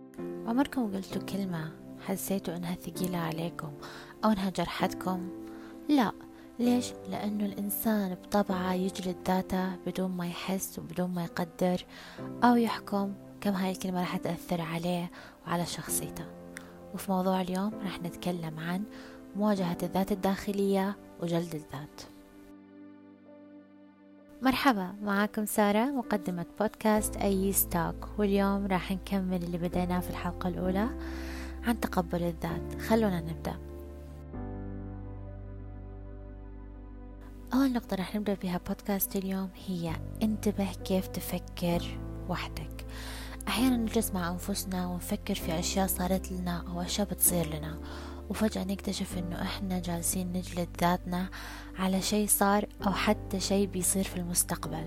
عمركم قلتوا كلمة حسيتوا إنها ثقيلة عليكم أو إنها جرحتكم؟ لا. ليش؟ لأنه الإنسان بطبعه يجلد ذاته بدون ما يحس وبدون ما يقدر أو يحكم كم هاي الكلمة راح تأثر عليه وعلى شخصيته. وفي موضوع اليوم راح نتكلم عن مواجهة الذات الداخلية وجلد الذات. مرحبا، معاكم سارة مقدمة بودكاست أي ستوك، واليوم راح نكمل اللي بديناه في الحلقة الأولى عن تقبل الذات. خلونا نبدأ. أول نقطة راح نبدأ بها بودكاست اليوم هي انتبه كيف تفكر وحدك. أحيانا نجلس مع أنفسنا ونفكر في أشياء صارت لنا أو أشياء بتصير لنا، وفجأة نكتشف إنه إحنا جالسين نجلد ذاتنا على شيء صار أو حتى شيء بيصير في المستقبل.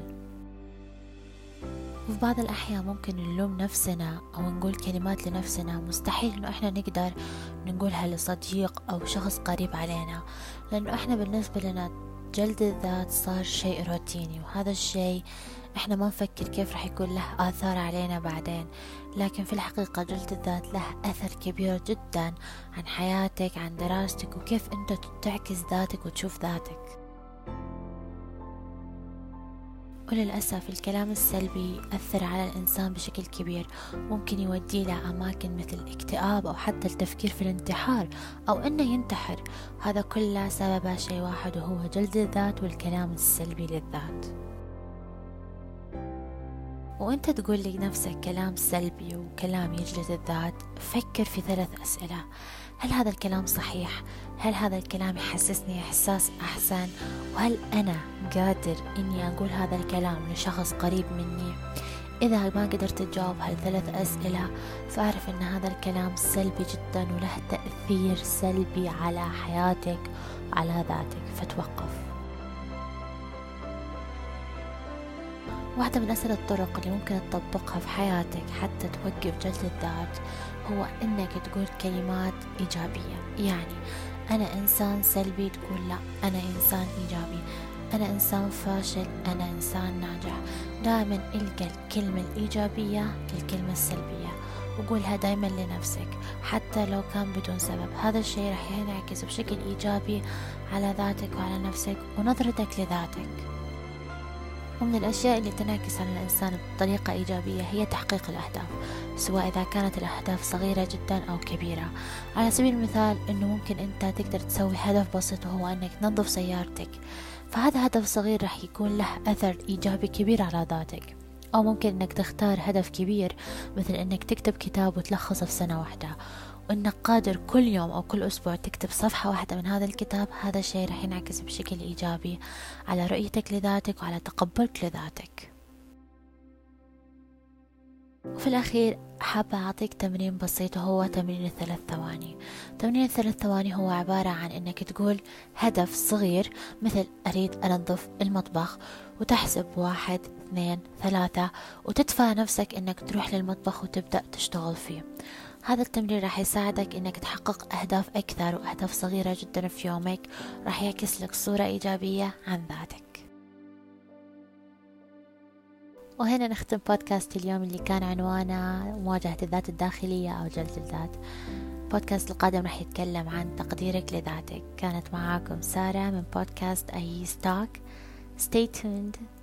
وفي بعض الأحيان ممكن نلوم نفسنا أو نقول كلمات لنفسنا مستحيل إنه إحنا نقدر نقولها لصديق أو شخص قريب علينا، لأنه إحنا بالنسبة لنا جلد الذات صار شيء روتيني، وهذا الشيء إحنا ما نفكر كيف رح يكون له آثار علينا بعدين. لكن في الحقيقة جلد الذات له أثر كبير جدا عن حياتك، عن دراستك، وكيف أنت تعكس ذاتك وتشوف ذاتك. وللأسف الكلام السلبي يأثر على الإنسان بشكل كبير، ممكن يوديه لأماكن مثل الاكتئاب أو حتى التفكير في الانتحار أو أنه ينتحر. هذا كله سببه شيء واحد، وهو جلد الذات والكلام السلبي للذات. وانت تقول لنفسك كلام سلبي وكلام يجلد الذات، فكر في 3 أسئلة: هل هذا الكلام صحيح؟ هل هذا الكلام يحسسني إحساس أحسن؟ وهل أنا قادر إني أقول هذا الكلام لشخص قريب مني؟ إذا ما قدرت تجاوب هال3 أسئلة فأعرف أن هذا الكلام سلبي جدا وله تأثير سلبي على حياتك وعلى ذاتك، فتوقف. واحدة من أسهل الطرق اللي ممكن تطبقها في حياتك حتى توقف جلد الذات هو إنك تقول كلمات إيجابية. يعني أنا إنسان سلبي تقول لا، أنا إنسان إيجابي. أنا إنسان فاشل، أنا إنسان ناجح. دائما إلقى الكلمة الإيجابية للكلمة السلبية وقولها دائما لنفسك حتى لو كان بدون سبب. هذا الشيء راح ينعكس بشكل إيجابي على ذاتك وعلى نفسك ونظرتك لذاتك. ومن الأشياء اللي تنعكس على الإنسان بطريقة إيجابية هي تحقيق الأهداف، سواء إذا كانت الأهداف صغيرة جدا أو كبيرة. على سبيل المثال إنه ممكن أنت تقدر تسوي هدف بسيط وهو أنك تنظف سيارتك، فهذا هدف صغير رح يكون له أثر إيجابي كبير على ذاتك. أو ممكن أنك تختار هدف كبير مثل أنك تكتب كتاب وتلخصه في سنة واحدة، وأنك قادر كل يوم أو كل أسبوع تكتب صفحة واحدة من هذا الكتاب. هذا الشيء رح ينعكس بشكل إيجابي على رؤيتك لذاتك وعلى تقبلك لذاتك. وفي الأخير حابة أعطيك تمرين بسيط، وهو تمرين 3 ثواني. تمرين 3 ثواني هو عبارة عن أنك تقول هدف صغير مثل أريد أنظف المطبخ، وتحسب 1 2 3 وتدفع نفسك أنك تروح للمطبخ وتبدأ تشتغل فيه. هذا التمرين راح يساعدك أنك تحقق أهداف أكثر وأهداف صغيرة جدا في يومك، راح يعكس لك صورة إيجابية عن ذاتك. وهنا نختم بودكاست اليوم اللي كان عنوانه مواجهة الذات الداخلية أو جلد الذات. بودكاست القادم راح يتكلم عن تقديرك لذاتك. كانت معاكم سارة من بودكاست أي ستوك. Stay tuned.